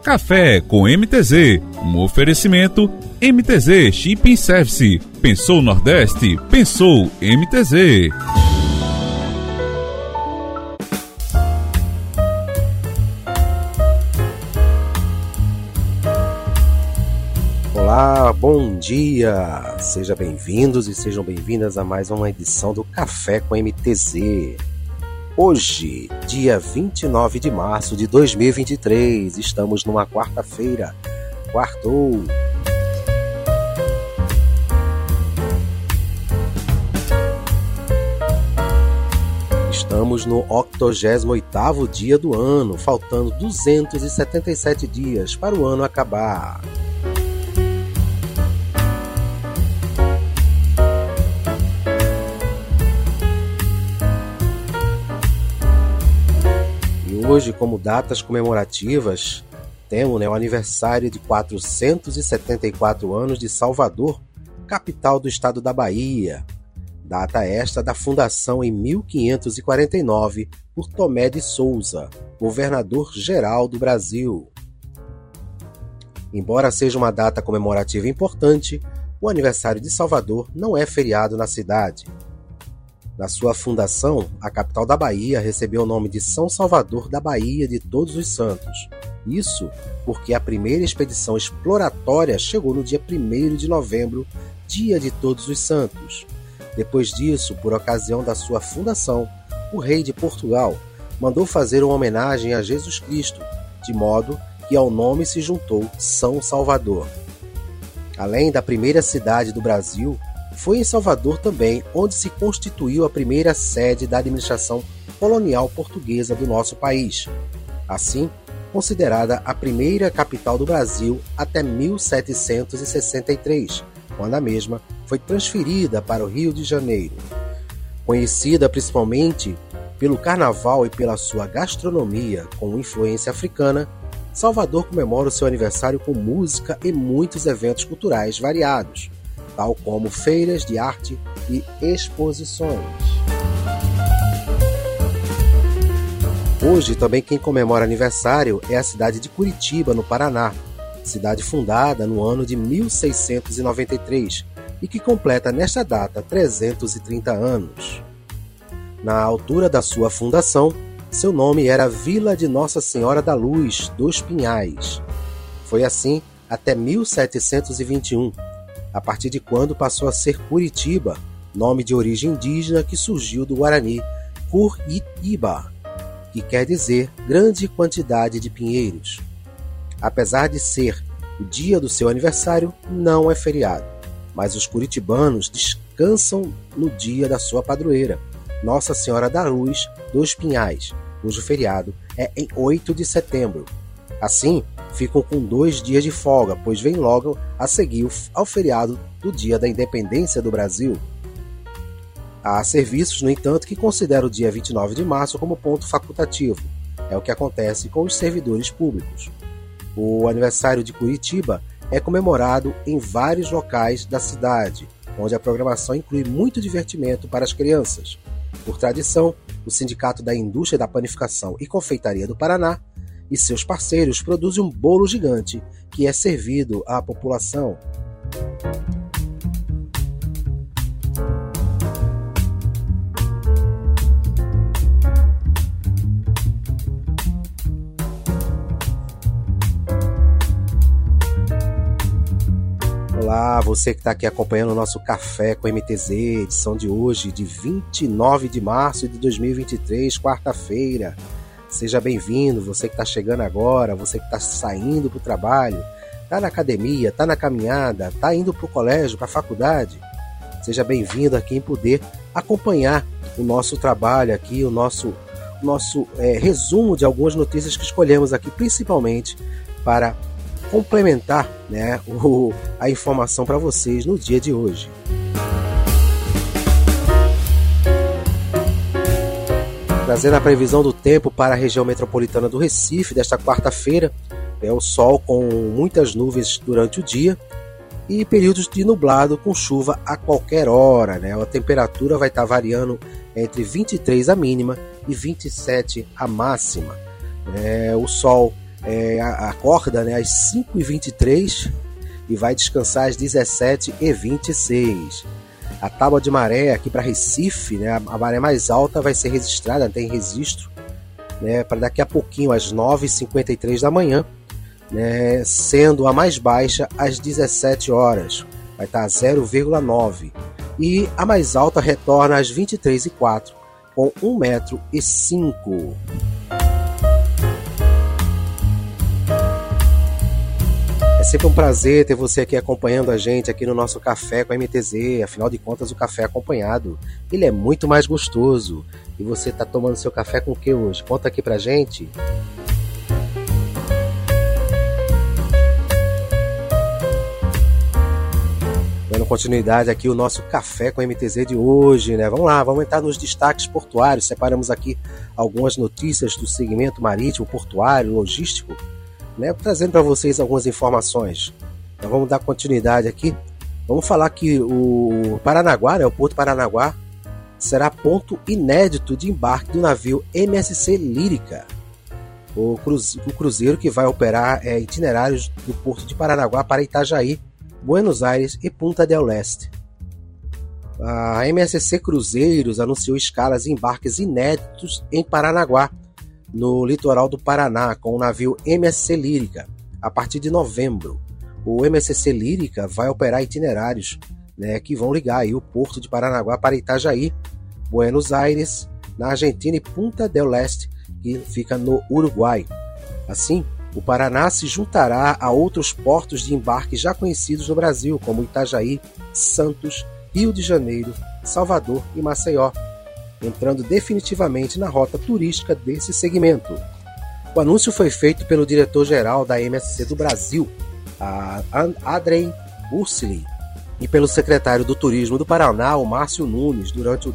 Café com MTZ, um oferecimento MTZ Shipping Service. Pensou Nordeste? Pensou MTZ. Olá, bom dia! Sejam bem-vindos e sejam bem-vindas a mais uma edição do Café com MTZ. Hoje, dia 29 de março de 2023, estamos numa quarta-feira. Quartou! Estamos no 88º dia do ano, faltando 277 dias para o ano acabar. Hoje, como datas comemorativas, temos o aniversário de 474 anos de Salvador, capital do estado da Bahia. Data esta da fundação em 1549 por Tomé de Souza, governador-geral do Brasil. Embora seja uma data comemorativa importante, o aniversário de Salvador não é feriado na cidade. Na sua fundação, a capital da Bahia recebeu o nome de São Salvador da Bahia de Todos os Santos. Isso porque a primeira expedição exploratória chegou no dia 1º de novembro, dia de Todos os Santos. Depois disso, por ocasião da sua fundação, o rei de Portugal mandou fazer uma homenagem a Jesus Cristo, de modo que ao nome se juntou São Salvador. Além da primeira cidade do Brasil, foi em Salvador também onde se constituiu a primeira sede da administração colonial portuguesa do nosso país. Assim, considerada a primeira capital do Brasil até 1763, quando a mesma foi transferida para o Rio de Janeiro. Conhecida principalmente pelo carnaval e pela sua gastronomia com influência africana, Salvador comemora o seu aniversário com música e muitos eventos culturais variados, tal como feiras de arte e exposições. Hoje também quem comemora aniversário é a cidade de Curitiba, no Paraná, cidade fundada no ano de 1693 e que completa nesta data 330 anos. Na altura da sua fundação, seu nome era Vila de Nossa Senhora da Luz dos Pinhais. Foi assim até 1721, a partir de quando passou a ser Curitiba, nome de origem indígena que surgiu do Guarani Curitiba, que quer dizer grande quantidade de pinheiros. Apesar de ser o dia do seu aniversário, não é feriado, mas os curitibanos descansam no dia da sua padroeira, Nossa Senhora da Luz dos Pinhais, cujo feriado é em 8 de setembro. Assim, ficam com 2 dias de folga, pois vem logo a seguir ao feriado do Dia da Independência do Brasil. Há serviços, no entanto, que consideram o dia 29 de março como ponto facultativo. É o que acontece com os servidores públicos. O aniversário de Curitiba é comemorado em vários locais da cidade, onde a programação inclui muito divertimento para as crianças. Por tradição, o Sindicato da Indústria da Panificação e Confeitaria do Paraná e seus parceiros produzem um bolo gigante que é servido à população. Olá, você que está aqui acompanhando o nosso Café com MTZ, edição de hoje, de 29 de março de 2023, quarta-feira. Seja bem-vindo, você que está chegando agora, você que está saindo para o trabalho, está na academia, está na caminhada, está indo para o colégio, para a faculdade. Seja bem-vindo aqui em poder acompanhar o nosso trabalho aqui, o nosso resumo de algumas notícias que escolhemos aqui, principalmente para complementar, né, a informação para vocês no dia de hoje. Trazendo a previsão do tempo para a região metropolitana do Recife desta quarta-feira, é o sol com muitas nuvens durante o dia e períodos de nublado com chuva a qualquer hora, né? A temperatura vai estar variando entre 23 a mínima e 27 a máxima. O sol acorda, né, às 5h23 e vai descansar às 17h26. A tábua de maré aqui para Recife, né, a maré mais alta vai ser registrada, tem registro, né, para daqui a pouquinho, às 9h53 da manhã, né, sendo a mais baixa às 17 horas, vai estar 0,9. E a mais alta retorna às 23h04, com 1,05 m. É sempre um prazer ter você aqui acompanhando a gente aqui no nosso Café com a MTZ. Afinal de contas, o café acompanhado, ele é muito mais gostoso. E você está tomando seu café com o que hoje? Conta aqui pra gente. Dando continuidade aqui o nosso Café com a MTZ de hoje, né? Vamos lá, vamos entrar nos destaques portuários. Separamos aqui algumas notícias do segmento marítimo, portuário, logístico, né, trazendo para vocês algumas informações. Então vamos dar continuidade aqui. Vamos falar que o Paranaguá, né, o Porto Paranaguá, será ponto inédito de embarque do navio MSC Lírica, o cruzeiro que vai operar itinerários do Porto de Paranaguá para Itajaí, Buenos Aires e Punta del Este. A MSC Cruzeiros anunciou escalas e embarques inéditos em Paranaguá, no litoral do Paraná, com o navio MSC Lírica, a partir de novembro. O MSC Lírica vai operar itinerários, né, que vão ligar aí o Porto de Paranaguá para Itajaí, Buenos Aires, na Argentina, e Punta del Este, que fica no Uruguai. Assim, o Paraná se juntará a outros portos de embarque já conhecidos no Brasil, como Itajaí, Santos, Rio de Janeiro, Salvador e Maceió, entrando definitivamente na rota turística desse segmento. O anúncio foi feito pelo diretor-geral da MSC do Brasil, Adrien Ursili, e pelo secretário do Turismo do Paraná, o Márcio Nunes, durante o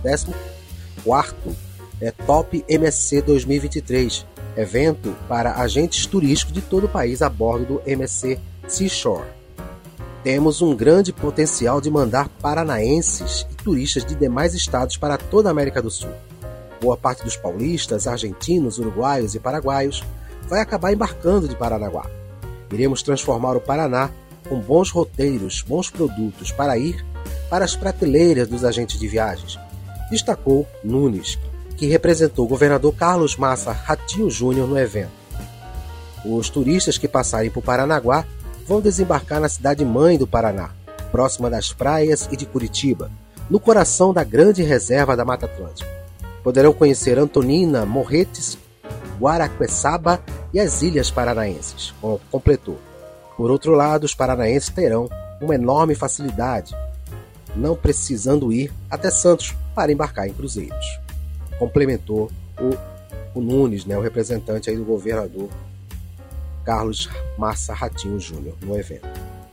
14º Top MSC 2023, evento para agentes turísticos de todo o país a bordo do MSC Seashore. Temos um grande potencial de mandar paranaenses e turistas de demais estados para toda a América do Sul. Boa parte dos paulistas, argentinos, uruguaios e paraguaios vai acabar embarcando de Paranaguá. Iremos transformar o Paraná com bons roteiros, bons produtos para ir para as prateleiras dos agentes de viagens, destacou Nunes, que representou o governador Carlos Massa Ratinho Júnior no evento. Os turistas que passarem por Paranaguá vão desembarcar na cidade-mãe do Paraná, próxima das praias e de Curitiba, no coração da grande reserva da Mata Atlântica. Poderão conhecer Antonina, Morretes, Guaraqueçaba e as ilhas paranaenses, completou. Por outro lado, os paranaenses terão uma enorme facilidade, não precisando ir até Santos para embarcar em cruzeiros, complementou o Nunes, né, o representante aí do governador Carlos Massa Ratinho Júnior no evento.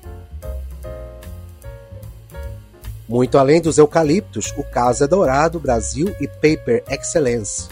Muito além dos eucaliptos, o caso Eldorado Brasil e Paper Excellence.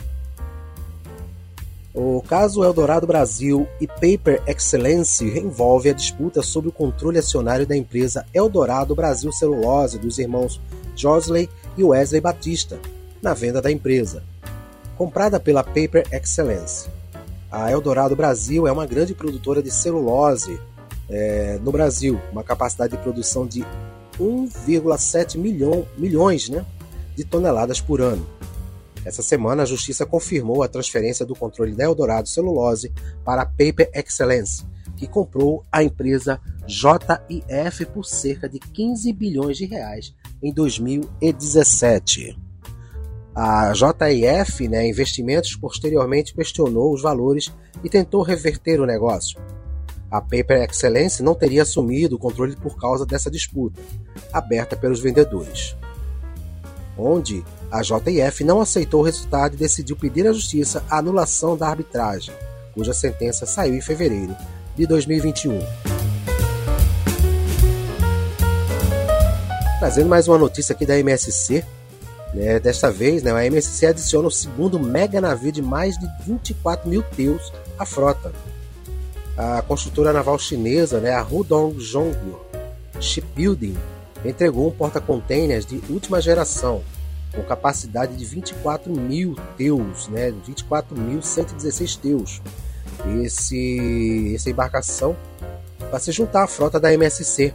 O caso Eldorado Brasil e Paper Excellence envolve a disputa sobre o controle acionário da empresa Eldorado Brasil Celulose dos irmãos Josley e Wesley Batista, na venda da empresa. Comprada pela Paper Excellence, a Eldorado Brasil é uma grande produtora de celulose no Brasil, uma capacidade de produção de 1,7 milhões, né, de toneladas por ano. Essa semana, a Justiça confirmou a transferência do controle da Eldorado Celulose para a Paper Excellence, que comprou a empresa JIF por cerca de 15 bilhões de reais em 2017. A JIF, né, Investimentos, posteriormente questionou os valores e tentou reverter o negócio. A Paper Excellence não teria assumido o controle por causa dessa disputa, aberta pelos vendedores, onde a JIF não aceitou o resultado e decidiu pedir à Justiça a anulação da arbitragem, cuja sentença saiu em fevereiro de 2021. Trazendo mais uma notícia aqui da MSC, né, desta vez, né, a MSC adiciona o segundo mega navio de mais de 24 mil TEUs à frota. A construtora naval chinesa, né, a Hudong-Zhonghua Shipbuilding, entregou um porta-containers de última geração, com capacidade de 24 mil TEUs, né, 24.116 TEUs, essa embarcação para se juntar à frota da MSC.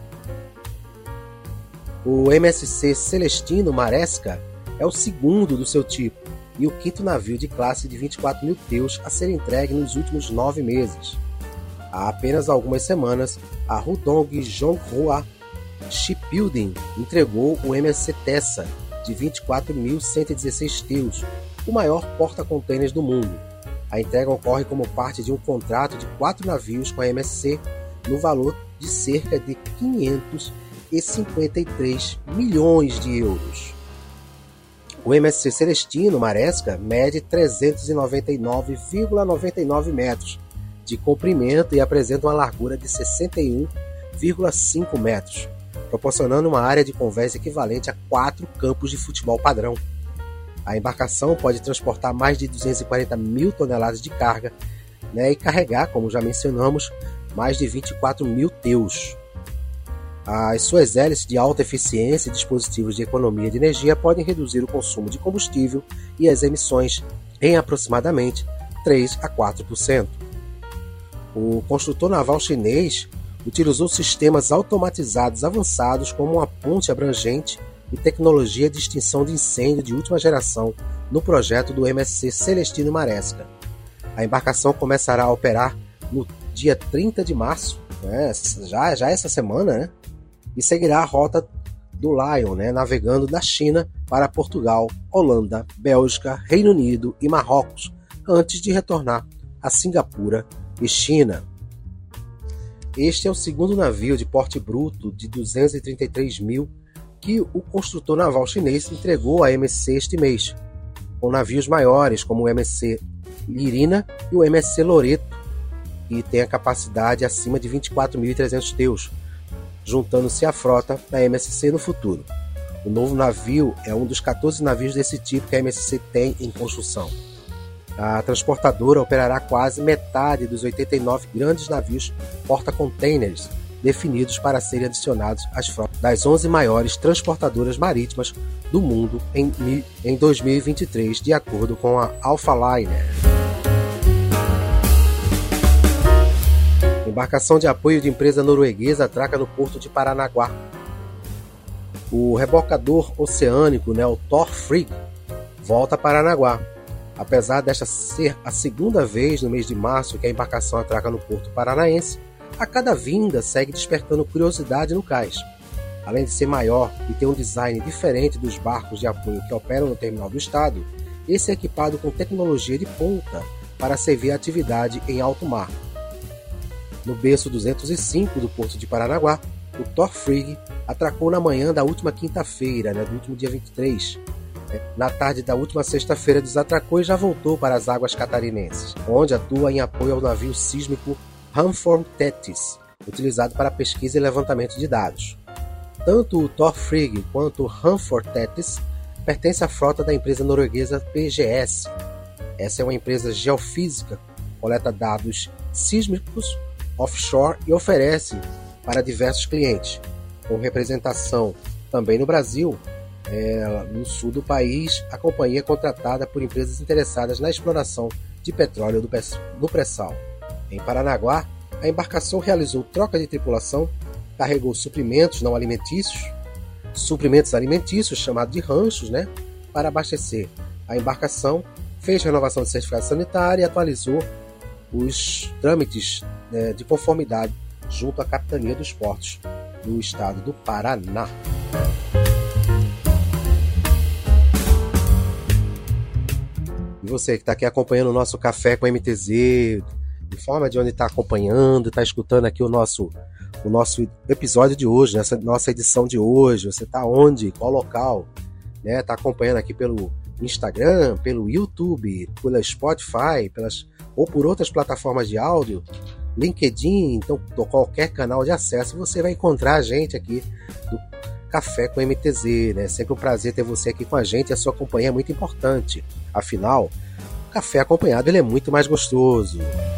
O MSC Celestino Maresca é o segundo do seu tipo e o quinto navio de classe de 24 mil teus a ser entregue nos últimos 9 meses. Há apenas algumas semanas, a Hudong Zonghua Shipbuilding entregou o MSC Tessa, de 24.116 teus, o maior porta-contêineres do mundo. A entrega ocorre como parte de um contrato de 4 navios com a MSC, no valor de cerca de 553 milhões de euros. O MSC Celestino Maresca mede 399,99 metros de comprimento e apresenta uma largura de 61,5 metros, proporcionando uma área de convés equivalente a 4 campos de futebol padrão. A embarcação pode transportar mais de 240 mil toneladas de carga, e carregar, como já mencionamos, mais de 24 mil teus. As suas hélices de alta eficiência e dispositivos de economia de energia podem reduzir o consumo de combustível e as emissões em aproximadamente 3 a 4%. O construtor naval chinês utilizou sistemas automatizados avançados como uma ponte abrangente e tecnologia de extinção de incêndio de última geração no projeto do MSC Celestino Maresca. A embarcação começará a operar no dia 30 de março, já essa semana, e seguirá a rota do Lion, navegando da China para Portugal, Holanda, Bélgica, Reino Unido e Marrocos, antes de retornar a Singapura e China. Este é o segundo navio de porte bruto de 233 mil que o construtor naval chinês entregou à MSC este mês, com navios maiores como o MSC Lirina e o MSC Loreto, que tem a capacidade acima de 24.300 teus, juntando-se à frota da MSC no futuro. O novo navio é um dos 14 navios desse tipo que a MSC tem em construção. A transportadora operará quase metade dos 89 grandes navios porta-containers definidos para serem adicionados às frotas das 11 maiores transportadoras marítimas do mundo em 2023, de acordo com a Alphaliner. Embarcação de apoio de empresa norueguesa atraca no porto de Paranaguá. O rebocador oceânico, o Thor Frigg, volta a Paranaguá. Apesar desta ser a segunda vez no mês de março que a embarcação atraca no porto paranaense, a cada vinda segue despertando curiosidade no cais. Além de ser maior e ter um design diferente dos barcos de apoio que operam no terminal do estado, esse é equipado com tecnologia de ponta para servir a atividade em alto mar. No berço 205 do porto de Paranaguá, o Thor Frigg atracou na manhã da última quinta-feira, do último dia 23. Na tarde da última sexta-feira desatracou e já voltou para as águas catarinenses, onde atua em apoio ao navio sísmico Hanford Tethys, utilizado para pesquisa e levantamento de dados. Tanto o Thor Frigg quanto o Hanford Tethys pertencem à frota da empresa norueguesa PGS. Essa é uma empresa geofísica, coleta dados sísmicos offshore e oferece para diversos clientes, com representação também no Brasil. No sul do país, a companhia é contratada por empresas interessadas na exploração de petróleo no pré-sal. Em Paranaguá, a embarcação realizou troca de tripulação, carregou suprimentos alimentícios chamados de ranchos, para abastecer a embarcação, fez renovação de certificado sanitário e atualizou os trâmites de conformidade junto à Capitania dos Portos do estado do Paraná. E você que está aqui acompanhando o nosso Café com MTZ, informa de onde está acompanhando, está escutando aqui o nosso episódio de hoje, nessa nossa edição de hoje. Você está onde? Qual local? Está acompanhando aqui pelo Instagram, pelo YouTube, pela Spotify, ou por outras plataformas de áudio, LinkedIn, então qualquer canal de acesso, você vai encontrar a gente aqui do Café com MTZ, Sempre um prazer ter você aqui com a gente, a sua companhia é muito importante. Afinal, o café acompanhado ele é muito mais gostoso.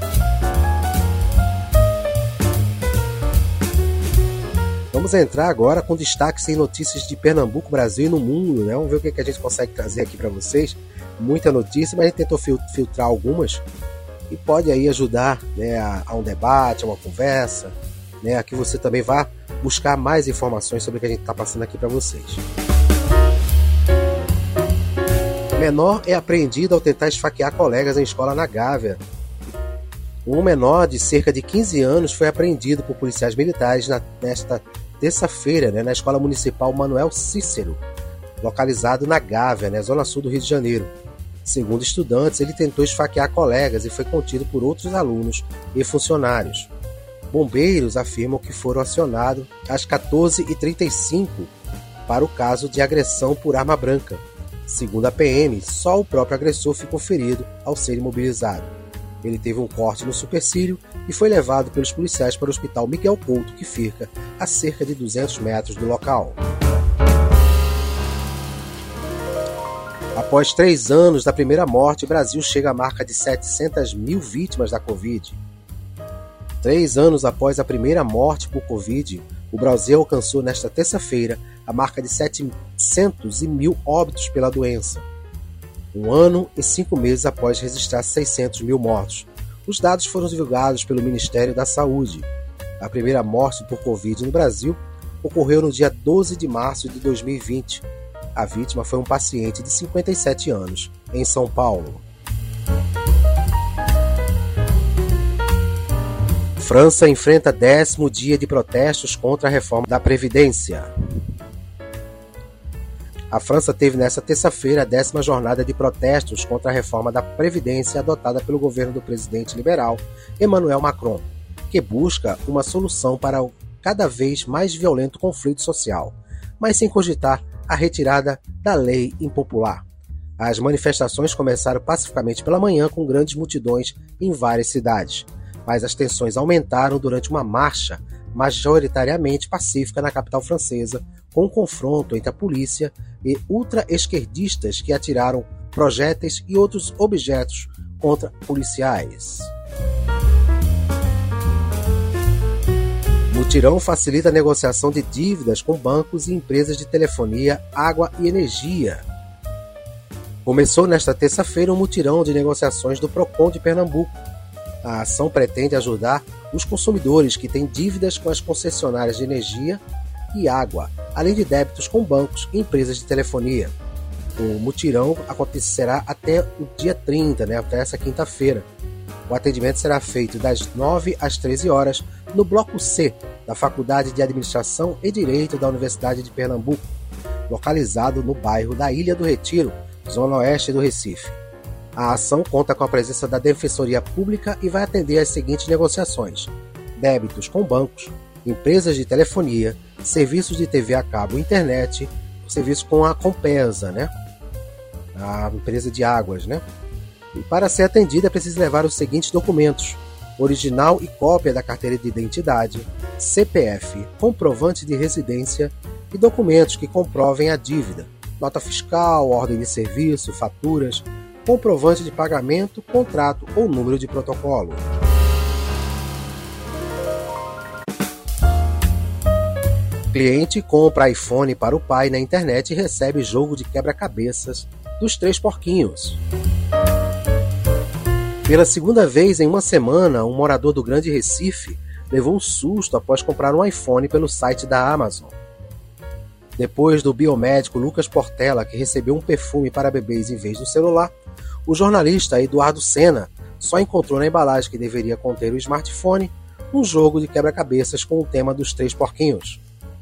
Vamos entrar agora com destaques em notícias de Pernambuco, Brasil e no mundo, Vamos ver o que a gente consegue trazer aqui para vocês. Muita notícia, mas a gente tentou filtrar algumas e pode aí ajudar, né, a um debate, a uma conversa, né, a que você também vá buscar mais informações sobre o que a gente está passando aqui para vocês. Menor é apreendido ao tentar esfaquear colegas em escola na Gávea. Um menor de cerca de 15 anos foi apreendido por policiais militares nesta terça-feira, né, na Escola Municipal Manuel Cícero, localizado na Gávea, né, zona sul do Rio de Janeiro. Segundo estudantes, ele tentou esfaquear colegas e foi contido por outros alunos e funcionários. Bombeiros afirmam que foram acionados às 14h35 para o caso de agressão por arma branca. Segundo a PM, só o próprio agressor ficou ferido ao ser imobilizado. Ele teve um corte no supercílio e foi levado pelos policiais para o Hospital Miguel Couto, que fica a cerca de 200 metros do local. Após 3 anos da primeira morte, o Brasil chega à marca de 700 mil vítimas da Covid. 3 anos após a primeira morte por Covid, o Brasil alcançou nesta terça-feira a marca de 700 mil óbitos pela doença. 1 ano e 5 meses após registrar 600 mil mortos. Os dados foram divulgados pelo Ministério da Saúde. A primeira morte por Covid no Brasil ocorreu no dia 12 de março de 2020. A vítima foi um paciente de 57 anos, em São Paulo. França enfrenta 10º dia de protestos contra a reforma da Previdência. A França teve nesta terça-feira a 10ª jornada de protestos contra a reforma da Previdência adotada pelo governo do presidente liberal Emmanuel Macron, que busca uma solução para o cada vez mais violento conflito social, mas sem cogitar a retirada da lei impopular. As manifestações começaram pacificamente pela manhã com grandes multidões em várias cidades, mas as tensões aumentaram durante uma marcha majoritariamente pacífica na capital francesa, com um confronto entre a polícia e ultra-esquerdistas que atiraram projéteis e outros objetos contra policiais. Mutirão facilita a negociação de dívidas com bancos e empresas de telefonia, água e energia. Começou nesta terça-feira um mutirão de negociações do Procon de Pernambuco. A ação pretende ajudar os consumidores que têm dívidas com as concessionárias de energia e água, além de débitos com bancos e empresas de telefonia. O mutirão acontecerá até o dia 30, até essa quinta-feira. O atendimento será feito das 9 às 13 horas no Bloco C da Faculdade de Administração e Direito da Universidade de Pernambuco, localizado no bairro da Ilha do Retiro, zona oeste do Recife. A ação conta com a presença da Defensoria Pública e vai atender às seguintes negociações: débitos com bancos, empresas de telefonia, serviços de TV a cabo e internet, serviço com a Compesa, a empresa de águas, E para ser atendida é preciso levar os seguintes documentos: original e cópia da carteira de identidade, CPF, comprovante de residência e documentos que comprovem a dívida, nota fiscal, ordem de serviço, faturas, comprovante de pagamento, contrato ou número de protocolo. Cliente compra iPhone para o pai na internet e recebe jogo de quebra-cabeças dos 3 porquinhos. Pela segunda vez em uma semana, um morador do Grande Recife levou um susto após comprar um iPhone pelo site da Amazon. Depois do biomédico Lucas Portela, que recebeu um perfume para bebês em vez do celular, o jornalista Eduardo Sena só encontrou na embalagem que deveria conter o smartphone um jogo de quebra-cabeças com o tema dos 3 porquinhos.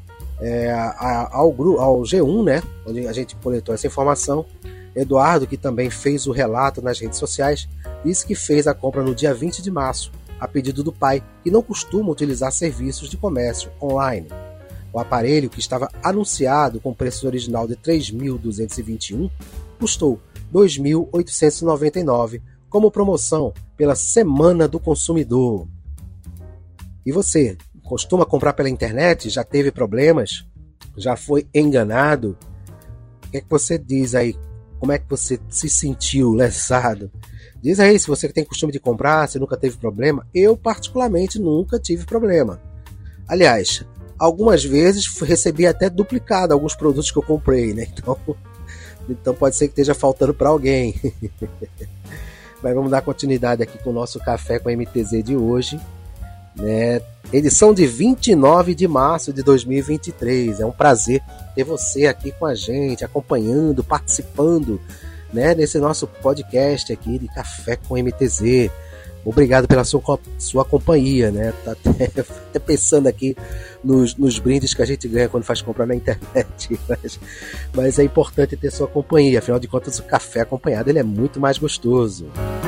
Ao G1, onde a gente coletou essa informação, Eduardo, que também fez o relato nas redes sociais, disse que fez a compra no dia 20 de março, a pedido do pai, que não costuma utilizar serviços de comércio online. O aparelho, que estava anunciado com preço original de R$ 3.221, custou R$ 2.899 como promoção pela Semana do Consumidor. E você, costuma comprar pela internet? Já teve problemas? Já foi enganado? O que é que você diz aí? Como é que você se sentiu lesado? Diz aí se você tem costume de comprar, se nunca teve problema. Eu, particularmente, nunca tive problema. Aliás, algumas vezes recebi até duplicado alguns produtos que eu comprei, Então pode ser que esteja faltando para alguém. Mas vamos dar continuidade aqui com o nosso Café com MTZ de hoje, né? Edição de 29 de março de 2023. É um prazer ter você aqui com a gente, acompanhando, participando, né, nesse nosso podcast aqui de Café com MTZ. Obrigado pela sua companhia, né? Tá até pensando aqui nos brindes que a gente ganha quando faz compra na internet. Mas é importante ter sua companhia. Afinal de contas, o café acompanhado ele é muito mais gostoso.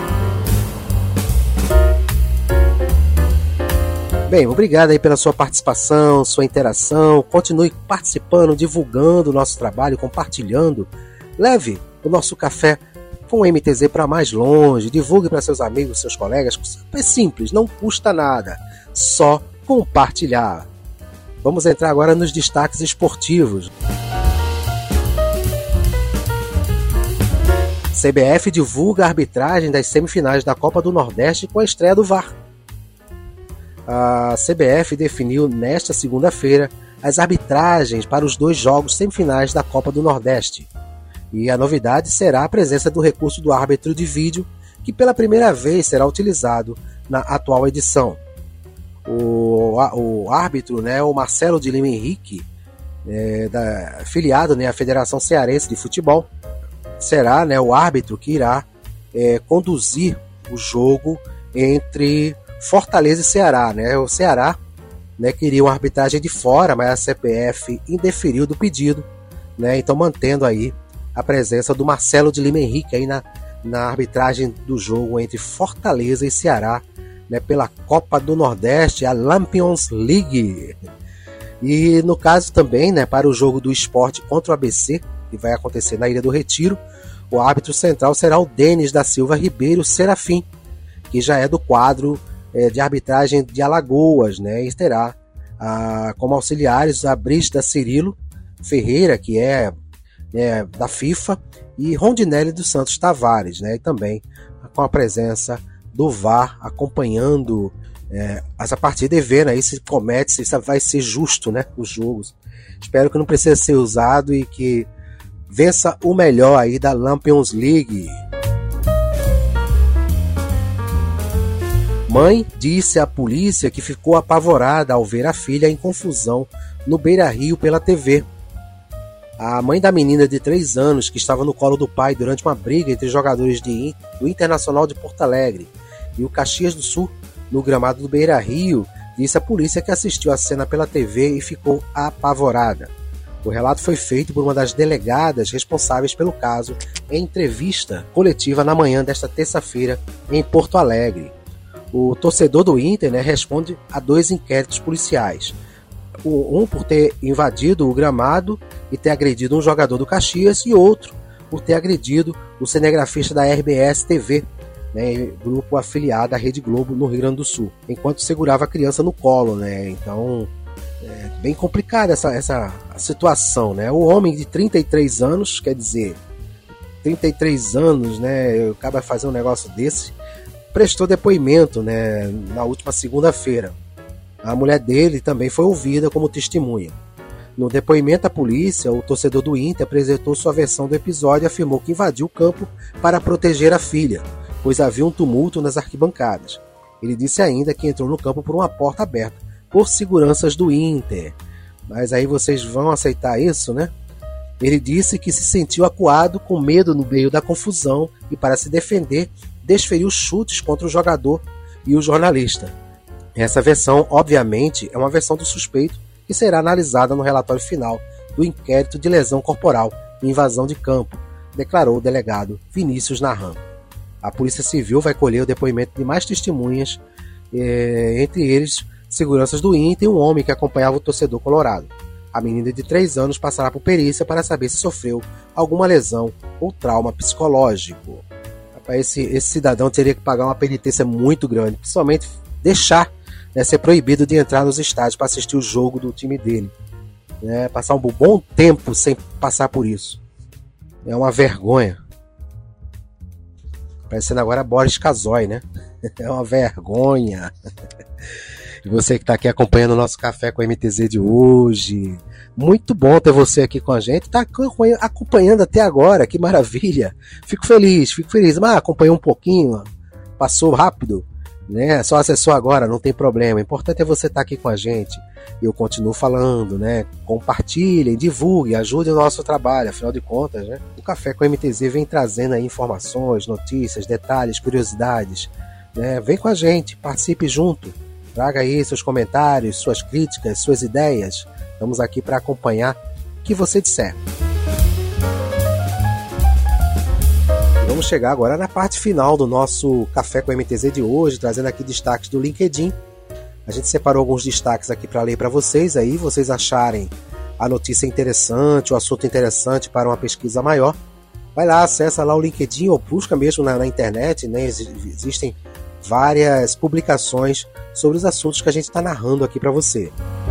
Bem, obrigado aí pela sua participação, sua interação. Continue participando, divulgando o nosso trabalho, compartilhando. Leve o nosso café com o MTZ para mais longe, divulgue para seus amigos, seus colegas. É simples, não custa nada, só compartilhar. Vamos entrar agora nos destaques esportivos. CBF divulga a arbitragem das semifinais da Copa do Nordeste com a estreia do VAR. A CBF definiu nesta segunda-feira as arbitragens para os 2 jogos semifinais da Copa do Nordeste. E a novidade será a presença do recurso do árbitro de vídeo, que pela primeira vez será utilizado na atual edição. O árbitro, né, o Marcelo de Lima Henrique, afiliado, né, à Federação Cearense de Futebol, será, né, o árbitro que irá conduzir o jogo entre Fortaleza e Ceará. Né? O Ceará, né, queria uma arbitragem de fora, mas a CBF indeferiu do pedido, né, então mantendo aí a presença do Marcelo de Lima Henrique aí na arbitragem do jogo entre Fortaleza e Ceará, né, pela Copa do Nordeste, a Champions League. E no caso também, né, para o jogo do Sport contra o ABC, que vai acontecer na Ilha do Retiro, o árbitro central será o Denis da Silva Ribeiro Serafim, que já é do quadro de arbitragem de Alagoas, né, e terá como auxiliares a Brígida Cirilo Ferreira, que é da FIFA, e Rondinelli dos Santos Tavares, né, e também com a presença do VAR acompanhando essa partida e vendo aí se vai ser justo, né, os jogos. Espero que não precise ser usado e que vença o melhor aí da Champions League. Mãe disse à polícia que ficou apavorada ao ver a filha em confusão no Beira-Rio pela TV. A mãe da menina de 3 anos, que estava no colo do pai durante uma briga entre jogadores do Internacional de Porto Alegre e o Caxias do Sul, no gramado do Beira-Rio, disse à polícia que assistiu a cena pela TV e ficou apavorada. O relato foi feito por uma das delegadas responsáveis pelo caso em entrevista coletiva na manhã desta terça-feira em Porto Alegre. O torcedor do Inter, né, responde a 2 inquéritos policiais. Um por ter invadido o gramado e ter agredido um jogador do Caxias, e outro por ter agredido o cinegrafista da RBS TV, né, grupo afiliado à Rede Globo no Rio Grande do Sul, enquanto segurava a criança no colo, né? Então é bem complicada essa situação, né? O homem de 33 anos, quer dizer, 33 anos, né, acaba de fazer um negócio desse, prestou depoimento, né, na última segunda-feira. A mulher dele também foi ouvida como testemunha. No depoimento à polícia, o torcedor do Inter apresentou sua versão do episódio e afirmou que invadiu o campo para proteger a filha, pois havia um tumulto nas arquibancadas. Ele disse ainda que entrou no campo por uma porta aberta, por seguranças do Inter. Mas aí vocês vão aceitar isso, né? Ele disse que se sentiu acuado, com medo no meio da confusão, e para se defender, desferiu chutes contra o jogador e o jornalista. Essa versão, obviamente, é uma versão do suspeito que será analisada no relatório final do inquérito de lesão corporal e invasão de campo, declarou o delegado Vinícius Narram. A Polícia Civil vai colher o depoimento de mais testemunhas, entre eles seguranças do Inter e um homem que acompanhava o torcedor colorado. A menina de 3 anos passará por perícia para saber se sofreu alguma lesão ou trauma psicológico. Esse cidadão teria que pagar uma penitência muito grande, principalmente deixar, né, ser proibido de entrar nos estádios para assistir o jogo do time dele, né, passar um bom tempo sem passar por isso. É uma vergonha. Parecendo agora Boris Casoy, né? É uma vergonha. E você que está aqui acompanhando o nosso Café com MTZ de hoje. Muito bom ter você aqui com a gente. Está acompanhando até agora, que maravilha. Fico feliz. Mas acompanhou um pouquinho, passou rápido, né? Só acessou agora, não tem problema. O importante é você estar aqui com a gente. E eu continuo falando, né? Compartilhem, divulguem, ajudem o nosso trabalho. Afinal de contas, né? O Café com MTZ vem trazendo aí informações, notícias, detalhes, curiosidades, né? Vem com a gente, participe junto. Traga aí seus comentários, suas críticas, suas ideias. Estamos aqui para acompanhar o que você disser. E vamos chegar agora na parte final do nosso Café com MTZ de hoje, trazendo aqui destaques do LinkedIn. A gente separou alguns destaques aqui para ler para vocês. Aí vocês acharem a notícia interessante, o assunto interessante para uma pesquisa maior, vai lá, acessa lá o LinkedIn ou busca mesmo na internet, né? Existem várias publicações sobre os assuntos que a gente está narrando aqui para você.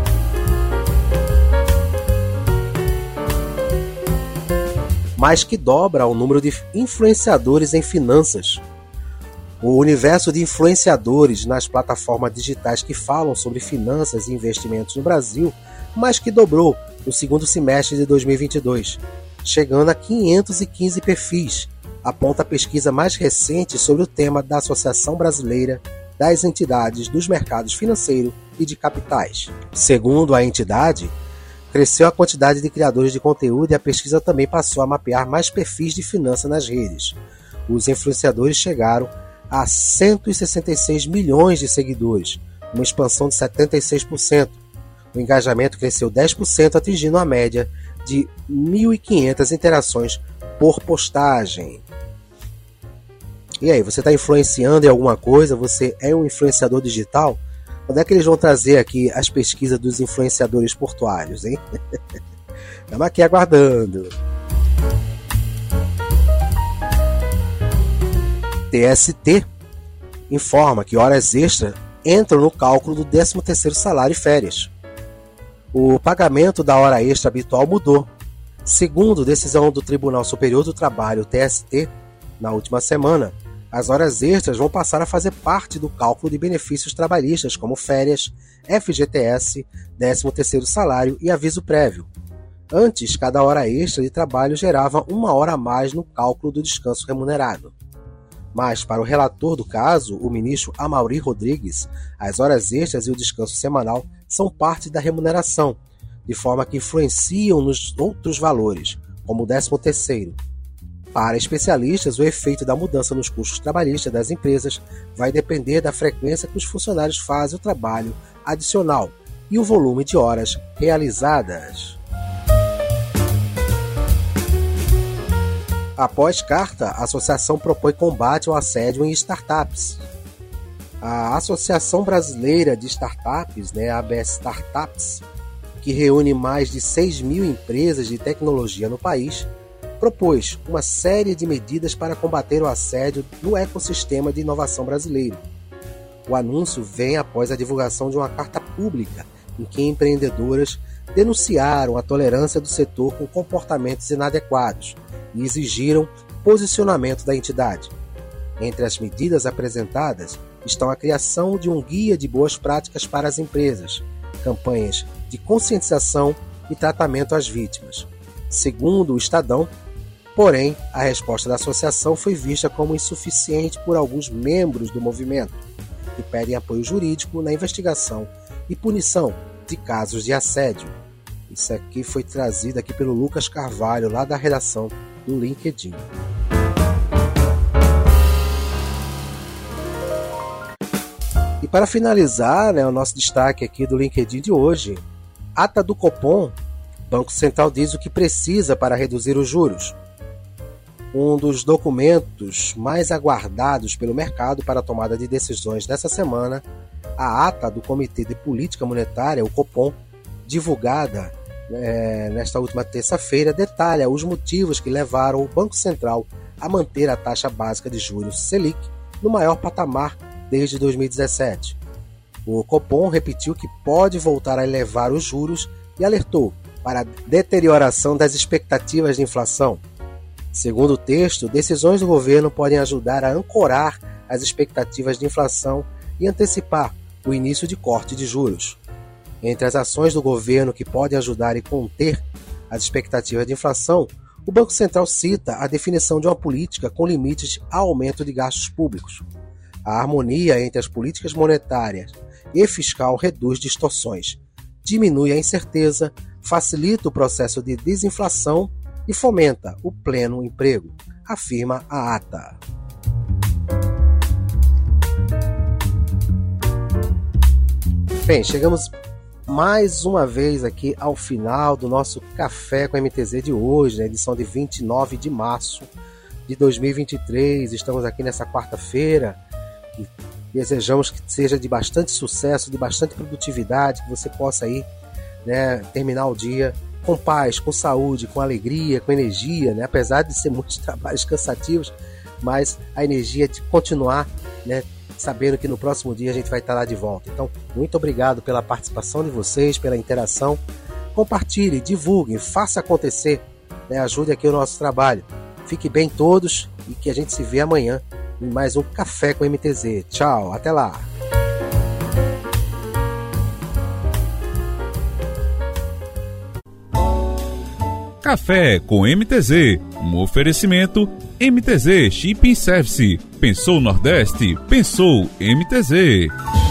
Mais que dobra o número de influenciadores em finanças. O universo de influenciadores nas plataformas digitais que falam sobre finanças e investimentos no Brasil mais que dobrou no segundo semestre de 2022, chegando a 515 perfis, aponta a pesquisa mais recente sobre o tema da Associação Brasileira das Entidades dos Mercados Financeiro e de Capitais. Segundo a entidade, cresceu a quantidade de criadores de conteúdo e a pesquisa também passou a mapear mais perfis de finanças nas redes. Os influenciadores chegaram a 166 milhões de seguidores, uma expansão de 76%. O engajamento cresceu 10%, atingindo a média de 1.500 interações por postagem. E aí, você está influenciando em alguma coisa? Você é um influenciador digital? Quando é que eles vão trazer aqui as pesquisas dos influenciadores portuários, hein? Estamos aqui aguardando. TST informa que horas extras entram no cálculo do 13º salário e férias. O pagamento da hora extra habitual mudou. Segundo decisão do Tribunal Superior do Trabalho, TST, na última semana, as horas extras vão passar a fazer parte do cálculo de benefícios trabalhistas, como férias, FGTS, 13º salário e aviso prévio. Antes, cada hora extra de trabalho gerava 1 hora a mais no cálculo do descanso remunerado. Mas, para o relator do caso, o ministro Amaury Rodrigues, as horas extras e o descanso semanal são parte da remuneração, de forma que influenciam nos outros valores, como o 13º. Para especialistas, o efeito da mudança nos custos trabalhistas das empresas vai depender da frequência que os funcionários fazem o trabalho adicional e o volume de horas realizadas. Após carta, a associação propõe combate ao assédio em startups. A Associação Brasileira de Startups, né, a ABS Startups, que reúne mais de 6.000 empresas de tecnologia no país, propôs uma série de medidas para combater o assédio no ecossistema de inovação brasileiro. O anúncio vem após a divulgação de uma carta pública em que empreendedoras denunciaram a tolerância do setor com comportamentos inadequados e exigiram posicionamento da entidade. Entre as medidas apresentadas estão a criação de um guia de boas práticas para as empresas, campanhas de conscientização e tratamento às vítimas. Segundo o Estadão, porém, a resposta da associação foi vista como insuficiente por alguns membros do movimento, que pedem apoio jurídico na investigação e punição de casos de assédio. Isso aqui foi trazido aqui pelo Lucas Carvalho, lá da redação do LinkedIn. E para finalizar, né, o nosso destaque aqui do LinkedIn de hoje, ata do Copom, Banco Central diz o que precisa para reduzir os juros. Um dos documentos mais aguardados pelo mercado para a tomada de decisões dessa semana, a ata do Comitê de Política Monetária, o Copom, divulgada nesta última terça-feira, detalha os motivos que levaram o Banco Central a manter a taxa básica de juros Selic no maior patamar desde 2017. O Copom repetiu que pode voltar a elevar os juros e alertou para a deterioração das expectativas de inflação. Segundo o texto, decisões do governo podem ajudar a ancorar as expectativas de inflação e antecipar o início de corte de juros. Entre as ações do governo que podem ajudar e conter as expectativas de inflação, o Banco Central cita a definição de uma política com limites a aumento de gastos públicos. A harmonia entre as políticas monetárias e fiscal reduz distorções, diminui a incerteza, facilita o processo de desinflação e fomenta o pleno emprego, afirma a ata. Bem, chegamos mais uma vez aqui ao final do nosso Café com MTZ de hoje, na edição de 29 de março de 2023. Estamos aqui nessa quarta-feira e desejamos que seja de bastante sucesso, de bastante produtividade, que você possa aí, terminar o dia com paz, com saúde, com alegria, com energia, apesar de ser muitos trabalhos cansativos, mas a energia de continuar, sabendo que no próximo dia a gente vai estar lá de volta. Então, muito obrigado pela participação de vocês, pela interação. Compartilhe, divulguem, faça acontecer, ajude aqui o nosso trabalho. Fiquem bem todos e que a gente se vê amanhã em mais um Café com MTZ. Tchau, até lá! Café com MTZ, um oferecimento MTZ Shipping Service. Pensou Nordeste? Pensou MTZ.